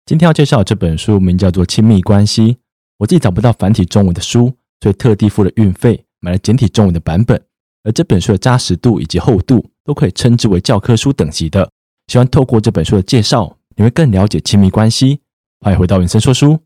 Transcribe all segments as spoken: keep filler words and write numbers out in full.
今天要介绍的这本书名叫做《亲密关系》，我自己找不到繁体中文的书，所以特地付了运费买了简体中文的版本，而这本书的扎实度以及厚度都可以称之为教科书等级的。希望透过这本书的介绍，你会更了解亲密关系。欢迎回到文森说书。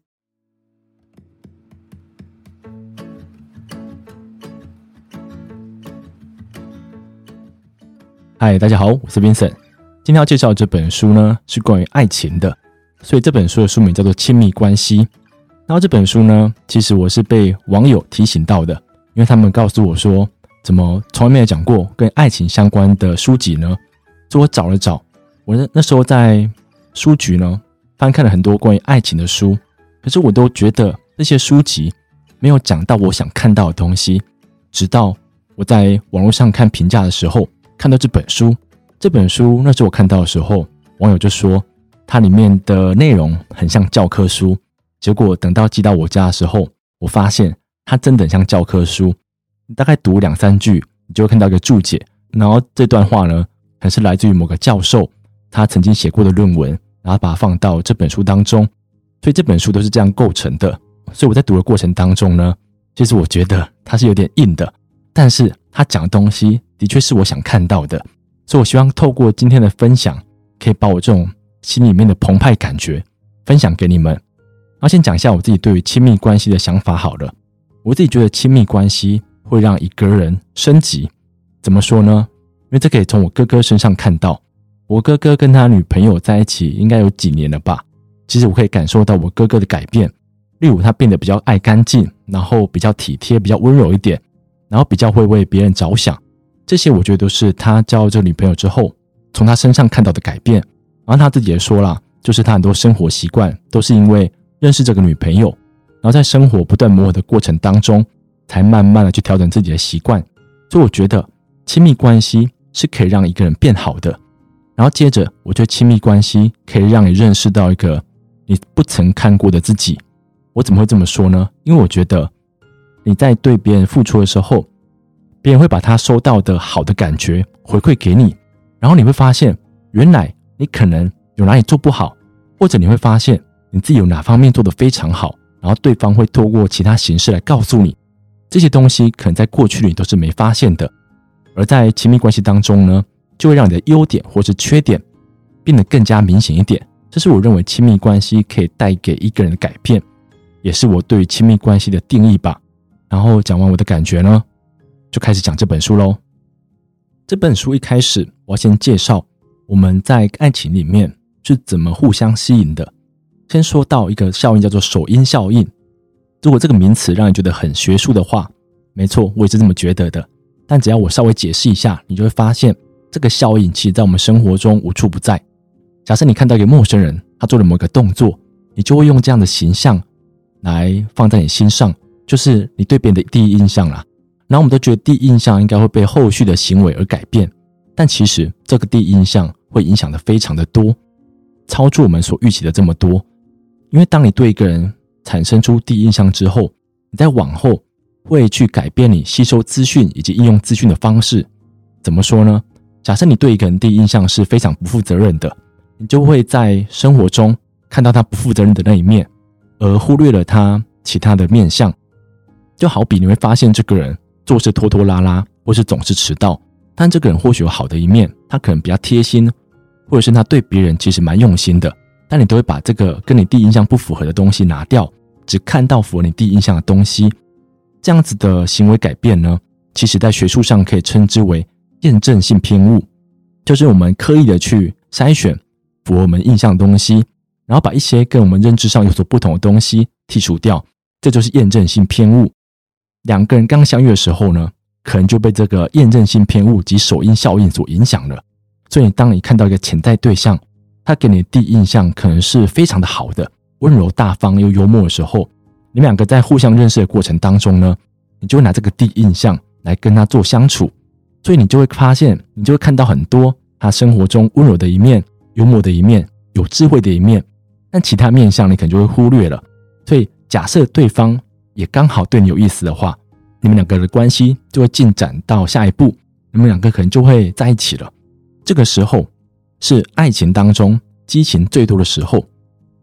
嗨，大家好，我是 Vincent。今天要介绍的这本书呢，是关于爱情的，所以这本书的书名叫做《亲密关系》。然后这本书呢，其实我是被网友提醒到的，因为他们告诉我说，怎么从来没有讲过跟爱情相关的书籍呢？所以我找了找，我那时候在书局呢，翻看了很多关于爱情的书，可是我都觉得这些书籍没有讲到我想看到的东西。直到我在网络上看评价的时候，看到这本书，这本书那时候我看到的时候，网友就说它里面的内容很像教科书。结果等到寄到我家的时候，我发现它真的很像教科书。你大概读两三句，你就会看到一个注解，然后这段话呢，可能是来自于某个教授他曾经写过的论文，然后把它放到这本书当中。所以这本书都是这样构成的。所以我在读的过程当中呢，其实我觉得它是有点硬的，但是他讲的东西的确是我想看到的。所以我希望透过今天的分享，可以把我这种心里面的澎湃感觉分享给你们。然后先讲一下我自己对于亲密关系的想法好了。我自己觉得亲密关系会让一个人升级。怎么说呢？因为这可以从我哥哥身上看到。我哥哥跟他女朋友在一起应该有几年了吧，其实我可以感受到我哥哥的改变。例如他变得比较爱干净，然后比较体贴，比较温柔一点，然后比较会为别人着想。这些我觉得都是他交这个女朋友之后从他身上看到的改变。然后他自己也说啦，就是他很多生活习惯都是因为认识这个女朋友，然后在生活不断磨合的过程当中，才慢慢的去调整自己的习惯。所以我觉得亲密关系是可以让一个人变好的。然后接着我觉得亲密关系可以让你认识到一个你不曾看过的自己。我怎么会这么说呢？因为我觉得你在对别人付出的时候，别人会把他收到的好的感觉回馈给你，然后你会发现原来你可能有哪里做不好，或者你会发现你自己有哪方面做得非常好，然后对方会透过其他形式来告诉你，这些东西可能在过去你都是没发现的。而在亲密关系当中呢，就会让你的优点或是缺点变得更加明显一点。这是我认为亲密关系可以带给一个人的改变，也是我对于亲密关系的定义吧。然后讲完我的感觉呢，就开始讲这本书咯。这本书一开始我要先介绍我们在爱情里面是怎么互相吸引的。先说到一个效应叫做首因效应。如果这个名词让你觉得很学术的话，没错，我也是这么觉得的。但只要我稍微解释一下，你就会发现这个效应其实在我们生活中无处不在。假设你看到一个陌生人，他做了某个动作，你就会用这样的形象来放在你心上，就是你对别人的第一印象啦。然后我们都觉得第一印象应该会被后续的行为而改变，但其实这个第一印象会影响的非常的多，超出我们所预期的这么多。因为当你对一个人产生出第一印象之后，你在往后会去改变你吸收资讯以及应用资讯的方式。怎么说呢？假设你对一个人第一印象是非常不负责任的，你就会在生活中看到他不负责任的那一面，而忽略了他其他的面向。就好比你会发现这个人做事拖拖拉拉，或是总是迟到，但这个人或许有好的一面，他可能比较贴心，或者是他对别人其实蛮用心的，但你都会把这个跟你第一印象不符合的东西拿掉，只看到符合你第一印象的东西。这样子的行为改变呢，其实在学术上可以称之为验证性偏误，就是我们刻意的去筛选符合我们印象的东西，然后把一些跟我们认知上有所不同的东西剔除掉，这就是验证性偏误。两个人刚相遇的时候呢，可能就被这个验证性偏误及首因效应所影响了。所以当你看到一个潜在对象，他给你的第一印象可能是非常的好的，温柔大方又幽默的时候，你们两个在互相认识的过程当中呢，你就会拿这个第一印象来跟他做相处。所以你就会发现，你就会看到很多他生活中温柔的一面，幽默的一面，有智慧的一面，但其他面向你可能就会忽略了。所以假设对方也刚好对你有意思的话，你们两个的关系就会进展到下一步，你们两个可能就会在一起了。这个时候是爱情当中激情最多的时候，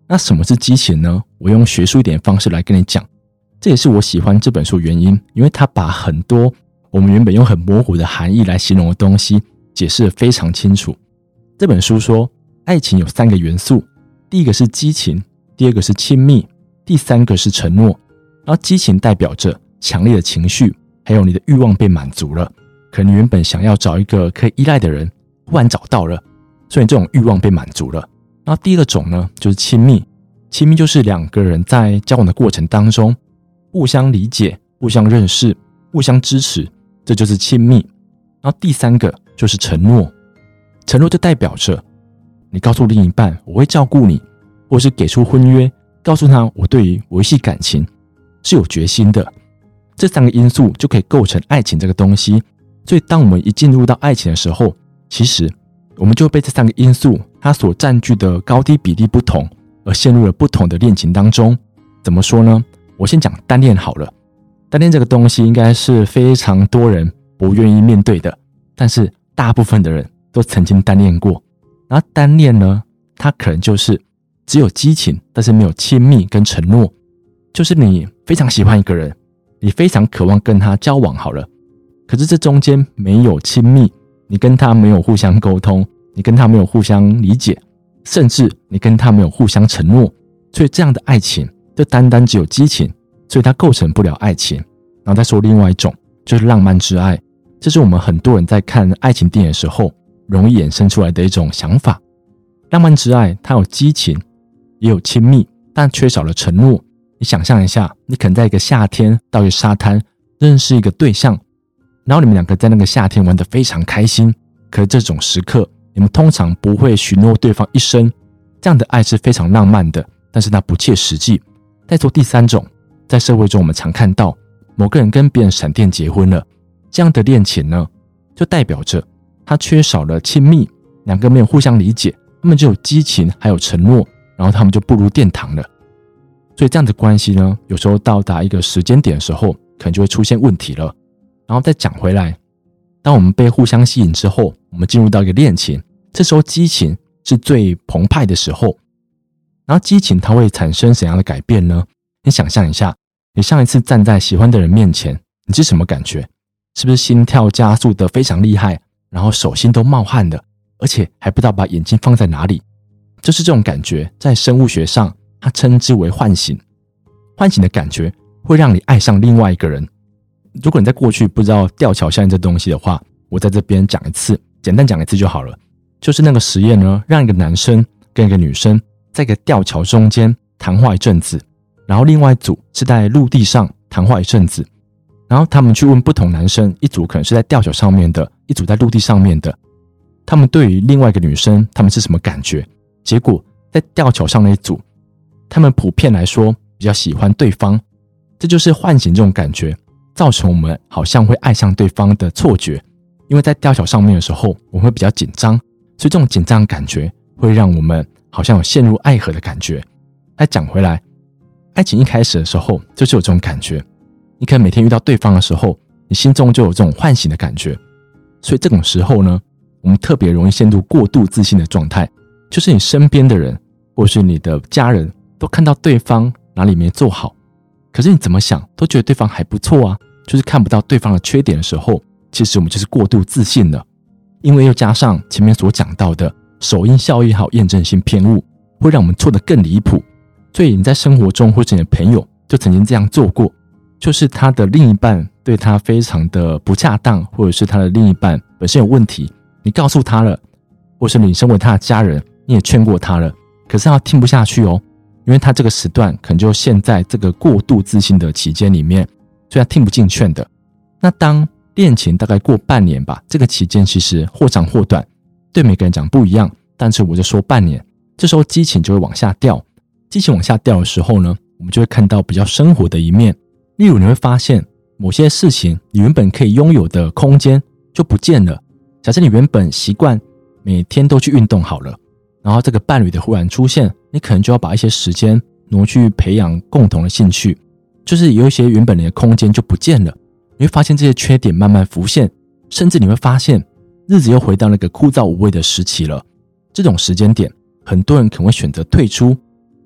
那什么是激情呢？我用学术一点的方式来跟你讲，这也是我喜欢这本书的原因，因为它把很多我们原本用很模糊的含义来形容的东西解释得非常清楚。这本书说，爱情有三个元素，第一个是激情，第二个是亲密，第三个是承诺。然后激情代表着强烈的情绪，还有你的欲望被满足了，可能你原本想要找一个可以依赖的人，忽然找到了，所以这种欲望被满足了。然后第二种呢，就是亲密。亲密就是两个人在交往的过程当中互相理解、互相认识、互相支持，这就是亲密。然后第三个就是承诺。承诺就代表着你告诉另一半我会照顾你，或是给出婚约，告诉他我对于维系感情是有决心的。这三个因素就可以构成爱情这个东西。所以当我们一进入到爱情的时候，其实我们就会被这三个因素它所占据的高低比例不同而陷入了不同的恋情当中。怎么说呢？我先讲单恋好了。单恋这个东西应该是非常多人不愿意面对的，但是大部分的人都曾经单恋过。然后单恋呢，它可能就是只有激情，但是没有亲密跟承诺。就是你非常喜欢一个人，你非常渴望跟他交往好了，可是这中间没有亲密，你跟他没有互相沟通，你跟他没有互相理解，甚至你跟他没有互相承诺，所以这样的爱情就单单只有激情，所以它构成不了爱情。然后再说另外一种，就是浪漫之爱。这是我们很多人在看爱情电影的时候容易衍生出来的一种想法。浪漫之爱它有激情也有亲密，但缺少了承诺。你想象一下，你可能在一个夏天到一个沙滩认识一个对象，然后你们两个在那个夏天玩得非常开心，可是这种时刻你们通常不会许诺对方一生，这样的爱是非常浪漫的，但是它不切实际。再说第三种，在社会中我们常看到某个人跟别人闪电结婚了，这样的恋情呢，就代表着他缺少了亲密，两个没有互相理解，他们只有激情还有承诺，然后他们就步入殿堂了。所以这样的关系呢，有时候到达一个时间点的时候，可能就会出现问题了。然后再讲回来，当我们被互相吸引之后，我们进入到一个恋情，这时候激情是最澎湃的时候。然后激情它会产生怎样的改变呢？你想象一下，你上一次站在喜欢的人面前，你是什么感觉？是不是心跳加速得非常厉害，然后手心都冒汗的，而且还不知道把眼睛放在哪里？就是这种感觉，在生物学上它称之为唤醒。唤醒的感觉会让你爱上另外一个人。如果你在过去不知道吊桥效应这东西的话，我在这边讲一次，简单讲一次就好了。就是那个实验呢，让一个男生跟一个女生在一个吊桥中间谈话一阵子，然后另外一组是在陆地上谈话一阵子，然后他们去问不同男生，一组可能是在吊桥上面的，一组在陆地上面的，他们对于另外一个女生他们是什么感觉？结果在吊桥上那一组，他们普遍来说比较喜欢对方。这就是唤醒这种感觉，造成我们好像会爱上对方的错觉。因为在吊桥上面的时候我们会比较紧张，所以这种紧张的感觉会让我们好像有陷入爱河的感觉。再讲回来，爱情一开始的时候就是有这种感觉，你可能每天遇到对方的时候，你心中就有这种唤醒的感觉。所以这种时候呢，我们特别容易陷入过度自信的状态，就是你身边的人或是你的家人都看到对方哪里没做好，可是你怎么想都觉得对方还不错啊，就是看不到对方的缺点的时候，其实我们就是过度自信了。因为又加上前面所讲到的首因效应还有验证性偏误，会让我们错得更离谱。所以你在生活中或者你的朋友就曾经这样做过，就是他的另一半对他非常的不恰当，或者是他的另一半本身有问题，你告诉他了，或是你身为他的家人你也劝过他了，可是他听不下去哦，因为他这个时段可能就陷在这个过度自信的期间里面，所以他听不进劝的。那当恋情大概过半年吧，这个期间其实或长或短，对每个人讲不一样，但是我就说半年，这时候激情就会往下掉。激情往下掉的时候呢，我们就会看到比较生活的一面。例如你会发现某些事情你原本可以拥有的空间就不见了。假设你原本习惯每天都去运动好了，然后这个伴侣的忽然出现，你可能就要把一些时间挪去培养共同的兴趣，就是有一些原本你的空间就不见了。你会发现这些缺点慢慢浮现，甚至你会发现日子又回到那个枯燥无味的时期了。这种时间点，很多人可能会选择退出，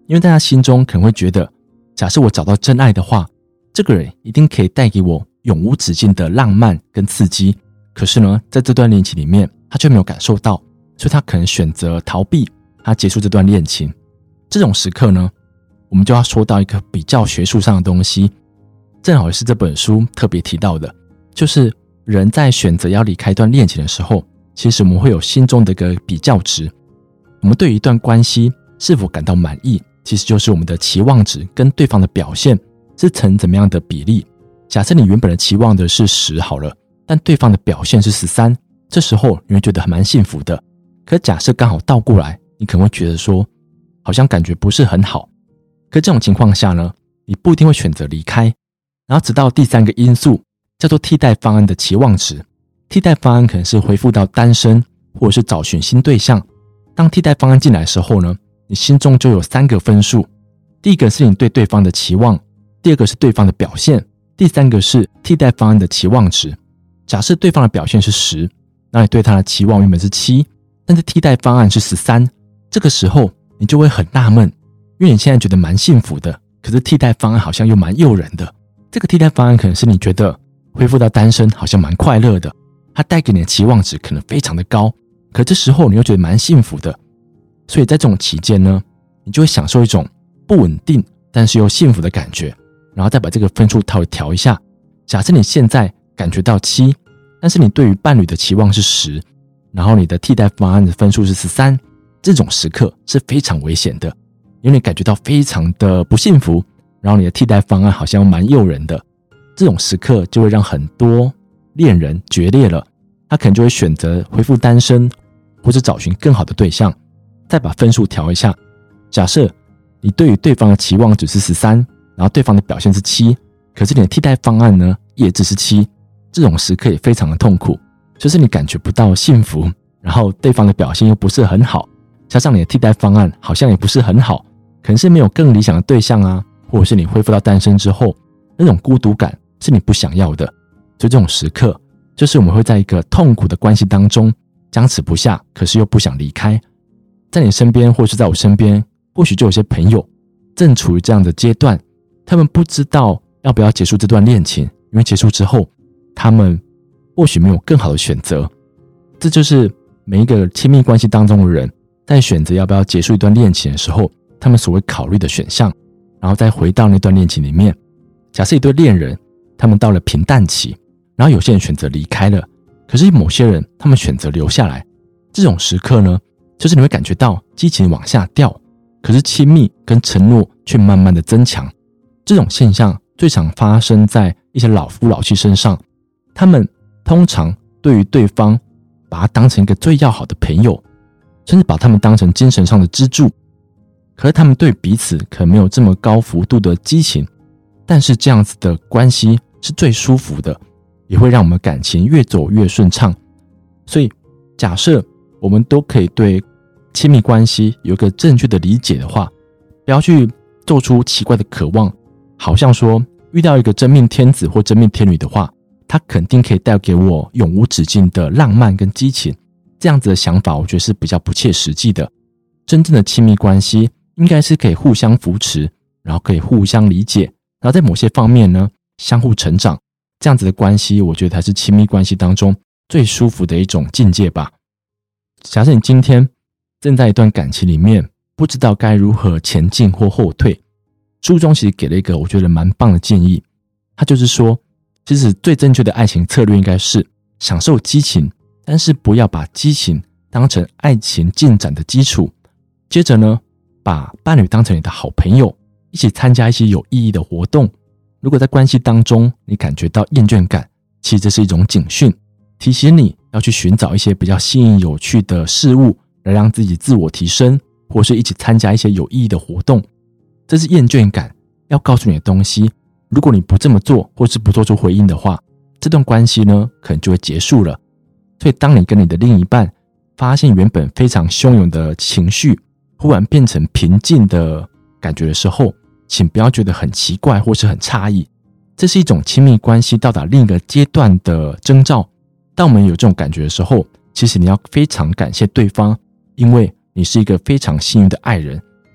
因为在他心中可能会觉得，假设我找到真爱的话，这个人一定可以带给我永无止境的浪漫跟刺激。可是呢，在这段恋情里面，他却没有感受到，所以他可能选择逃避，他结束这段恋情。这种时刻呢，我们就要说到一个比较学术上的东西，正好是这本书特别提到的，就是人在选择要离开一段恋情的时候，其实我们会有心中的一个比较值。我们对于一段关系是否感到满意，其实就是我们的期望值跟对方的表现是成怎么样的比例。假设你原本的期望的是十好了，但对方的表现是十三，这时候你会觉得还蛮幸福的。可假设刚好倒过来，你可能会觉得说好像感觉不是很好。可这种情况下呢，你不一定会选择离开，然后直到第三个因素叫做替代方案的期望值。替代方案可能是恢复到单身，或者是找寻新对象。当替代方案进来的时候呢，你心中就有三个分数，第一个是你对对方的期望，第二个是对方的表现，第三个是替代方案的期望值。假设对方的表现是十，那你对他的期望原本是七，但是替代方案是十三，这个时候你就会很纳闷，因为你现在觉得蛮幸福的，可是替代方案好像又蛮诱人的。这个替代方案可能是你觉得恢复到单身好像蛮快乐的，它带给你的期望值可能非常的高，可这时候你又觉得蛮幸福的。所以在这种期间呢，你就会享受一种不稳定但是又幸福的感觉，然后再把这个分数稍微调一下。假设你现在感觉到七，但是你对于伴侣的期望是十，然后你的替代方案的分数是十三，这种时刻是非常危险的，因为你感觉到非常的不幸福，然后你的替代方案好像蛮诱人的。这种时刻就会让很多恋人决裂了，他可能就会选择恢复单身，或者找寻更好的对象。再把分数调一下，假设你对于对方的期望值是十三，然后对方的表现是七，可是你的替代方案呢也只是七，这种时刻也非常的痛苦，就是你感觉不到幸福，然后对方的表现又不是很好，加上你的替代方案好像也不是很好，可能是没有更理想的对象啊，或者是你恢复到单身之后，那种孤独感是你不想要的。所以这种时刻就是我们会在一个痛苦的关系当中僵持不下，可是又不想离开。在你身边或是在我身边，或许就有些朋友正处于这样的阶段，他们不知道要不要结束这段恋情，因为结束之后他们或许没有更好的选择。这就是每一个亲密关系当中的人在选择要不要结束一段恋情的时候，他们所会考虑的选项。然后再回到那段恋情里面，假设一对恋人他们到了平淡期，然后有些人选择离开了，可是某些人他们选择留下来。这种时刻呢，就是你会感觉到激情往下掉，可是亲密跟承诺却慢慢的增强。这种现象最常发生在一些老夫老妻身上，他们通常对于对方把他当成一个最要好的朋友，甚至把他们当成精神上的支柱，可是他们对彼此可能没有这么高幅度的激情，但是这样子的关系是最舒服的，也会让我们感情越走越顺畅。所以假设我们都可以对亲密关系有一个正确的理解的话，不要去做出奇怪的渴望，好像说遇到一个真命天子或真命天女的话，他肯定可以带给我永无止境的浪漫跟激情。这样子的想法我觉得是比较不切实际的。真正的亲密关系应该是可以互相扶持，然后可以互相理解，然后在某些方面呢相互成长，这样子的关系我觉得才是亲密关系当中最舒服的一种境界吧。假设你今天正在一段感情里面，不知道该如何前进或后退，书中其实给了一个我觉得蛮棒的建议，他就是说其实最正确的爱情策略应该是享受激情，但是不要把激情当成爱情进展的基础。接着呢，把伴侣当成你的好朋友，一起参加一些有意义的活动。如果在关系当中你感觉到厌倦感，其实这是一种警讯，提醒你要去寻找一些比较新颖有趣的事物来让自己自我提升，或是一起参加一些有意义的活动。这是厌倦感要告诉你的东西，如果你不这么做或是不做出回应的话，这段关系呢可能就会结束了。所以当你跟你的另一半发现原本非常汹涌的情绪忽然变成平静的感觉的时候，请不要觉得很奇怪或是很诧异，这是一种亲密关系到达另一个阶段的征兆。当我们有这种感觉的时候，其实你要非常感谢对方，因为你是一个非常幸运的爱人，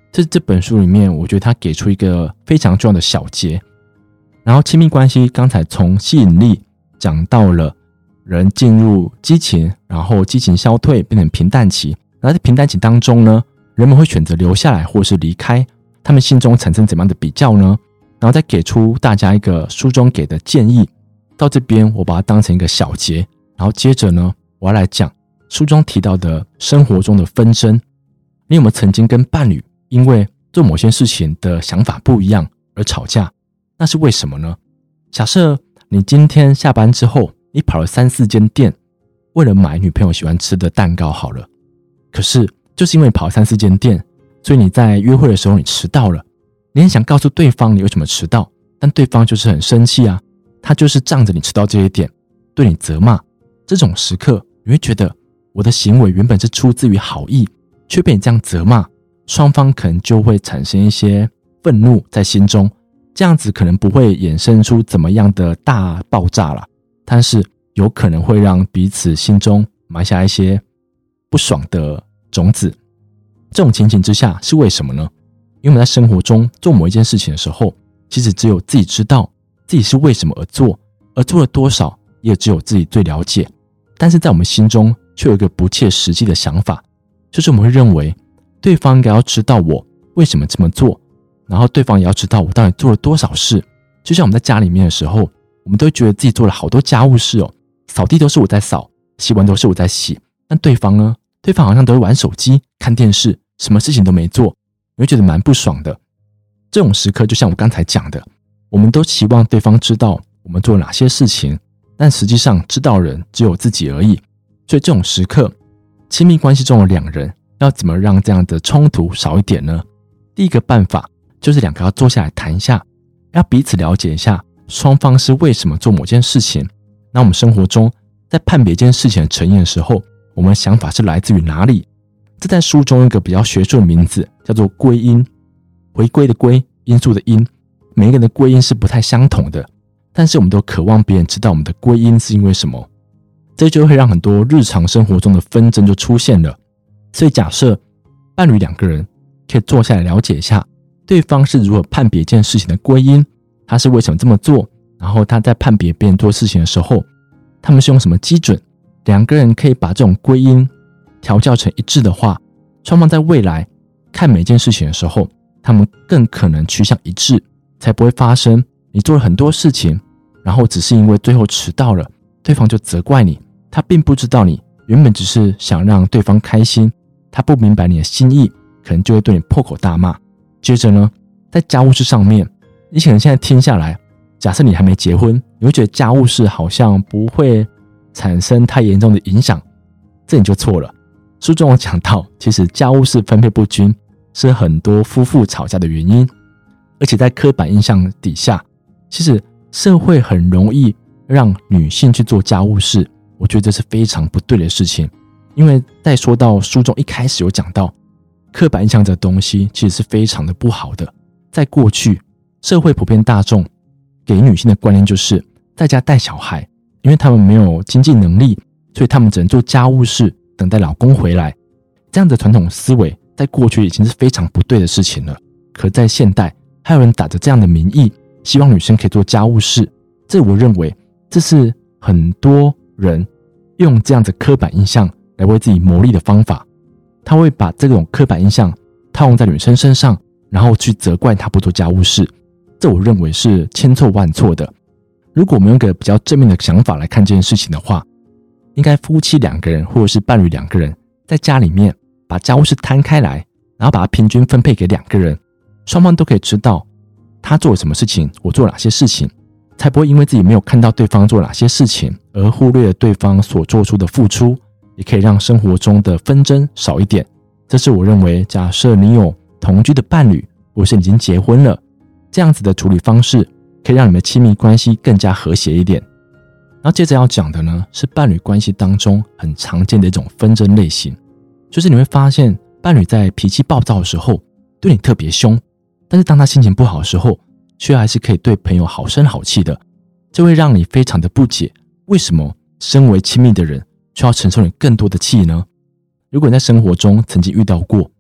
这是这本书里面我觉得他给出一个非常重要的小节。然后亲密关系刚才从吸引力讲到了人进入激情，然后激情消退变成平淡期，然后在平淡期当中呢，人们会选择留下来或是离开，他们心中产生怎么样的比较呢？然后再给出大家一个书中给的建议。到这边我把它当成一个小节，然后接着呢，我要来讲书中提到的生活中的纷争。你有没有曾经跟伴侣因为做某些事情的想法不一样而吵架？那是为什么呢？假设你今天下班之后，你跑了三四间店，为了买女朋友喜欢吃的蛋糕好了。可是就是因为你跑了三四间店，所以你在约会的时候你迟到了。你很想告诉对方你为什么迟到，但对方就是很生气啊，他就是仗着你迟到这一点对你责骂。这种时刻你会觉得我的行为原本是出自于好意，却被你这样责骂，双方可能就会产生一些愤怒在心中。这样子可能不会衍生出怎么样的大爆炸啦，但是有可能会让彼此心中埋下一些不爽的种子。这种情形之下是为什么呢？因为我们在生活中做某一件事情的时候，其实只有自己知道自己是为什么而做，而做了多少也只有自己最了解。但是在我们心中却有一个不切实际的想法，就是我们会认为对方应该要知道我为什么这么做，然后对方也要知道我到底做了多少事。就像我们在家里面的时候，我们都会觉得自己做了好多家务事哦，扫地都是我在扫，洗碗都是我在洗。但对方呢？对方好像都会玩手机、看电视，什么事情都没做，你会觉得蛮不爽的。这种时刻就像我刚才讲的，我们都期望对方知道我们做了哪些事情，但实际上知道的人只有自己而已。所以这种时刻，亲密关系中的两人要怎么让这样的冲突少一点呢？第一个办法就是两个要坐下来谈一下，要彼此了解一下双方是为什么做某件事情。那我们生活中在判别一件事情的成因的时候，我们的想法是来自于哪里？这在书中有一个比较学术的名字，叫做归因。回归的归，因素的因，每一个人的归因是不太相同的，但是我们都渴望别人知道我们的归因是因为什么。这就会让很多日常生活中的纷争就出现了。所以假设伴侣两个人可以坐下来了解一下对方是如何判别一件事情的归因，他是为什么这么做，然后他在判别别人做事情的时候，他们是用什么基准，两个人可以把这种归因调教成一致的话，双方在未来看每件事情的时候，他们更可能趋向一致，才不会发生你做了很多事情，然后只是因为最后迟到了，对方就责怪你，他并不知道你原本只是想让对方开心，他不明白你的心意，可能就会对你破口大骂。接着呢，在家务事上面，你可能现在听下来，假设你还没结婚，你会觉得家务事好像不会产生太严重的影响，这你就错了。书中有讲到，其实家务事分配不均是很多夫妇吵架的原因，而且在刻板印象底下，其实社会很容易让女性去做家务事，我觉得这是非常不对的事情。因为在说到书中一开始有讲到，刻板印象这东西其实是非常的不好的。在过去，社会普遍大众给女性的观念就是在家带小孩，因为他们没有经济能力，所以他们只能做家务事，等待老公回来。这样的传统思维在过去已经是非常不对的事情了。可在现代，还有人打着这样的名义，希望女生可以做家务事。这我认为这是很多人用这样的刻板印象来为自己谋利的方法。他会把这种刻板印象套用在女生身上，然后去责怪她不做家务事。这我认为是千错万错的。如果我们用一个比较正面的想法来看这件事情的话，应该夫妻两个人或者是伴侣两个人在家里面把家务事摊开来，然后把它平均分配给两个人，双方都可以知道他做了什么事情，我做了哪些事情，才不会因为自己没有看到对方做哪些事情而忽略了对方所做出的付出，也可以让生活中的纷争少一点。这是我认为假设你有同居的伴侣，或是已经结婚了，这样子的处理方式可以让你们的亲密关系更加和谐一点。然后接着要讲的呢，是伴侣关系当中很常见的一种纷争类型，就是你会发现伴侣在脾气暴躁的时候对你特别凶，但是当他心情不好的时候，却还是可以对朋友好声好气的。这会让你非常的不解，为什么身为亲密的人却要承受你更多的气呢？如果你在生活中曾经遇到过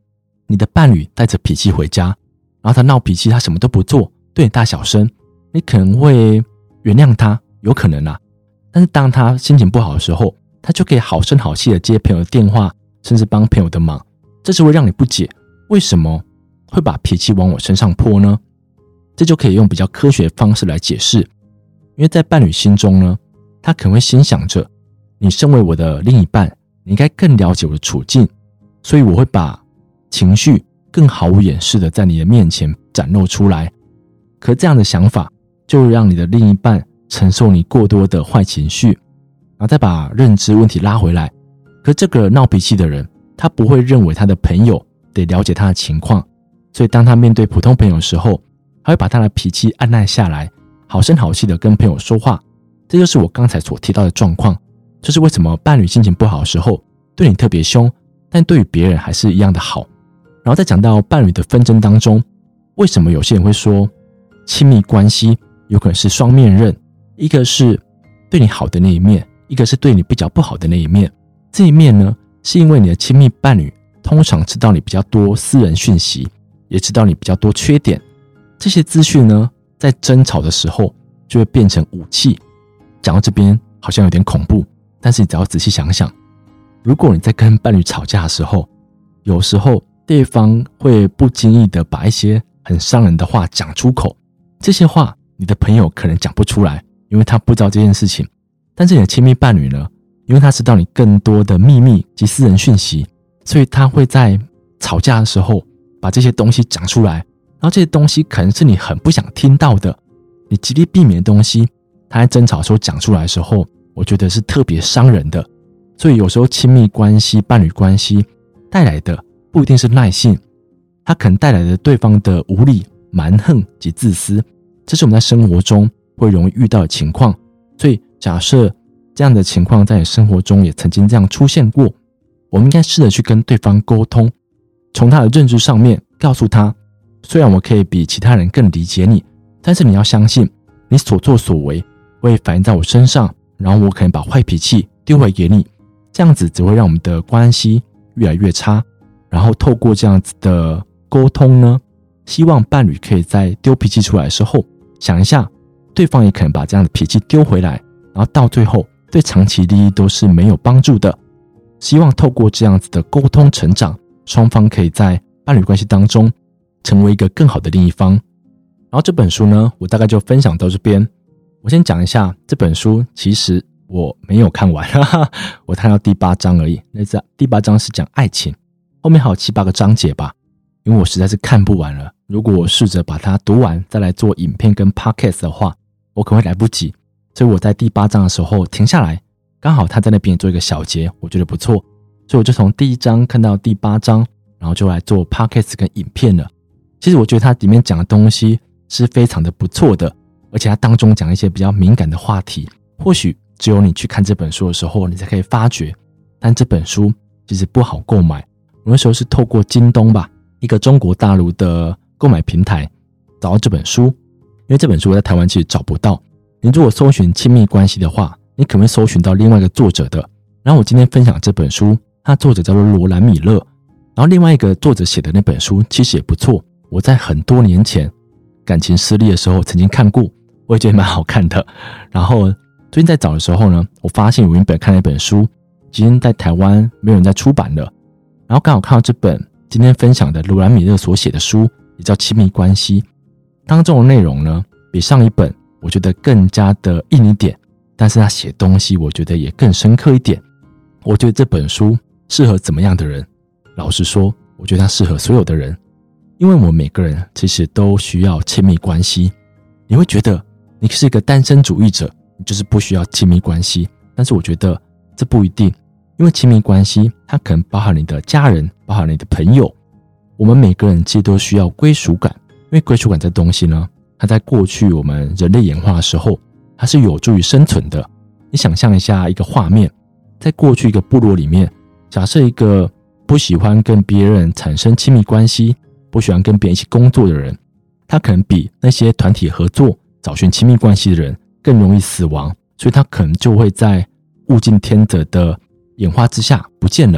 你的伴侣带着脾气回家，然后他闹脾气，他什么都不做，对你大小声，你可能会原谅他，有可能啊。但是当他心情不好的时候，他就可以好声好气的接朋友的电话，甚至帮朋友的忙，这是会让你不解，为什么会把脾气往我身上泼呢？这就可以用比较科学的方式来解释。因为在伴侣心中呢，他可能会心想着，你身为我的另一半，你应该更了解我的处境，所以我会把情绪更毫无掩饰的在你的面前展露出来。可这样的想法就会让你的另一半承受你过多的坏情绪，然后再把认知问题拉回来。可这个闹脾气的人，他不会认为他的朋友得了解他的情况，所以当他面对普通朋友的时候，他会把他的脾气按捺下来，好声好气的跟朋友说话。这就是我刚才所提到的状况，就是为什么伴侣心情不好的时候对你特别凶，但对于别人还是一样的好。然后再讲到伴侣的纷争当中，为什么有些人会说亲密关系有可能是双面刃，一个是对你好的那一面，一个是对你比较不好的那一面。这一面呢，是因为你的亲密伴侣通常知道你比较多私人讯息，也知道你比较多缺点，这些资讯呢，在争吵的时候就会变成武器。讲到这边好像有点恐怖，但是你只要仔细想想，如果你在跟伴侣吵架的时候，有时候对方会不经意的把一些很伤人的话讲出口，这些话你的朋友可能讲不出来，因为他不知道这件事情。但是你的亲密伴侣呢，因为他知道你更多的秘密及私人讯息，所以他会在吵架的时候把这些东西讲出来，然后这些东西可能是你很不想听到的，你极力避免的东西，他在争吵的时候讲出来的时候，我觉得是特别伤人的。所以有时候亲密关系、伴侣关系带来的不一定是耐性，它可能带来的对方的无理、蛮横及自私，这是我们在生活中会容易遇到的情况。所以假设这样的情况在你生活中也曾经这样出现过，我们应该试着去跟对方沟通，从他的认知上面告诉他，虽然我可以比其他人更理解你，但是你要相信你所作所为会反映在我身上，然后我可能把坏脾气丢回给你，这样子只会让我们的关系越来越差。然后透过这样子的沟通呢，希望伴侣可以在丢脾气出来的时候想一下，对方也可能把这样的脾气丢回来，然后到最后对长期利益都是没有帮助的。希望透过这样子的沟通成长，双方可以在伴侣关系当中成为一个更好的另一方。然后这本书呢，我大概就分享到这边。我先讲一下这本书，其实我没有看完，哈哈，我看到第八章而已。那第八章是讲爱情，后面还有七八个章节吧，因为我实在是看不完了。如果我试着把它读完，再来做影片跟 podcast 的话，我可能会来不及。所以我在第八章的时候停下来，刚好他在那边做一个小结，我觉得不错，所以我就从第一章看到第八章，然后就来做 podcast 跟影片了。其实我觉得它里面讲的东西是非常的不错的，而且它当中讲一些比较敏感的话题，或许只有你去看这本书的时候你才可以发觉。但这本书其实不好购买，我那时候是透过京东吧，一个中国大陆的购买平台找到这本书，因为这本书我在台湾其实找不到。你如果搜寻亲密关系的话，你可能会搜寻到另外一个作者的。然后我今天分享这本书，它作者叫做罗兰米勒，然后另外一个作者写的那本书其实也不错，我在很多年前感情失利的时候曾经看过，我也觉得蛮好看的。然后最近在找的时候呢，我发现我原本看那本书今天在台湾没有人在出版了，然后刚好看到这本今天分享的罗兰米勒所写的书，也叫亲密关系。当中的内容呢，比上一本我觉得更加的硬一点，但是他写东西我觉得也更深刻一点。我觉得这本书适合怎么样的人？老实说，我觉得它适合所有的人，因为我们每个人其实都需要亲密关系。你会觉得你是一个单身主义者，你就是不需要亲密关系，但是我觉得这不一定，因为亲密关系它可能包含你的家人，包含你的朋友。我们每个人其实都需要归属感，因为归属感这东西呢，它在过去我们人类演化的时候，它是有助于生存的。你想象一下一个画面，在过去一个部落里面，假设一个不喜欢跟别人产生亲密关系，不喜欢跟别人一起工作的人，他可能比那些团体合作找寻亲密关系的人更容易死亡，所以他可能就会在物竞天择的演化之下不见了。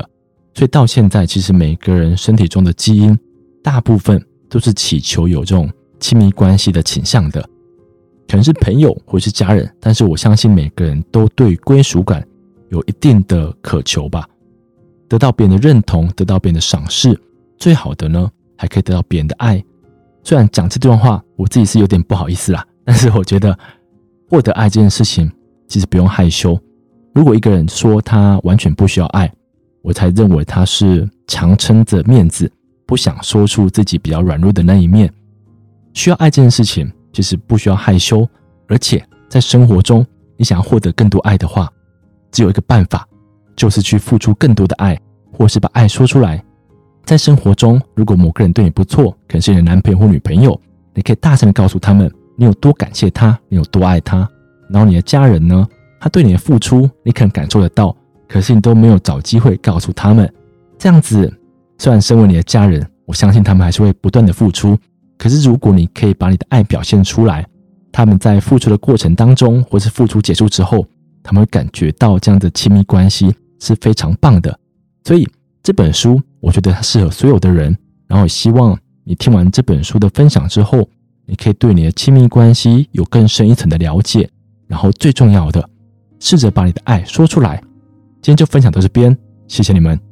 所以到现在，其实每个人身体中的基因大部分都是祈求有这种亲密关系的倾向的，可能是朋友或是家人，但是我相信每个人都对归属感有一定的渴求吧，得到别人的认同，得到别人的赏识，最好的呢还可以得到别人的爱。虽然讲这段话我自己是有点不好意思啦，但是我觉得获得爱这件事情其实不用害羞。如果一个人说他完全不需要爱，我才认为他是强撑着面子，不想说出自己比较软弱的那一面。需要爱这件事情其实不需要害羞，而且在生活中你想要获得更多爱的话，只有一个办法，就是去付出更多的爱，或是把爱说出来。在生活中，如果某个人对你不错，可能是你的男朋友或女朋友，你可以大声的告诉他们你有多感谢他，你有多爱他。然后你的家人呢，他对你的付出你可能感受得到，可是你都没有找机会告诉他们。这样子，虽然身为你的家人，我相信他们还是会不断的付出，可是如果你可以把你的爱表现出来，他们在付出的过程当中，或是付出结束之后，他们会感觉到这样的亲密关系是非常棒的。所以这本书我觉得它适合所有的人，然后也希望你听完这本书的分享之后，你可以对你的亲密关系有更深一层的了解，然后最重要的，试着把你的爱说出来。今天就分享到这边，谢谢你们。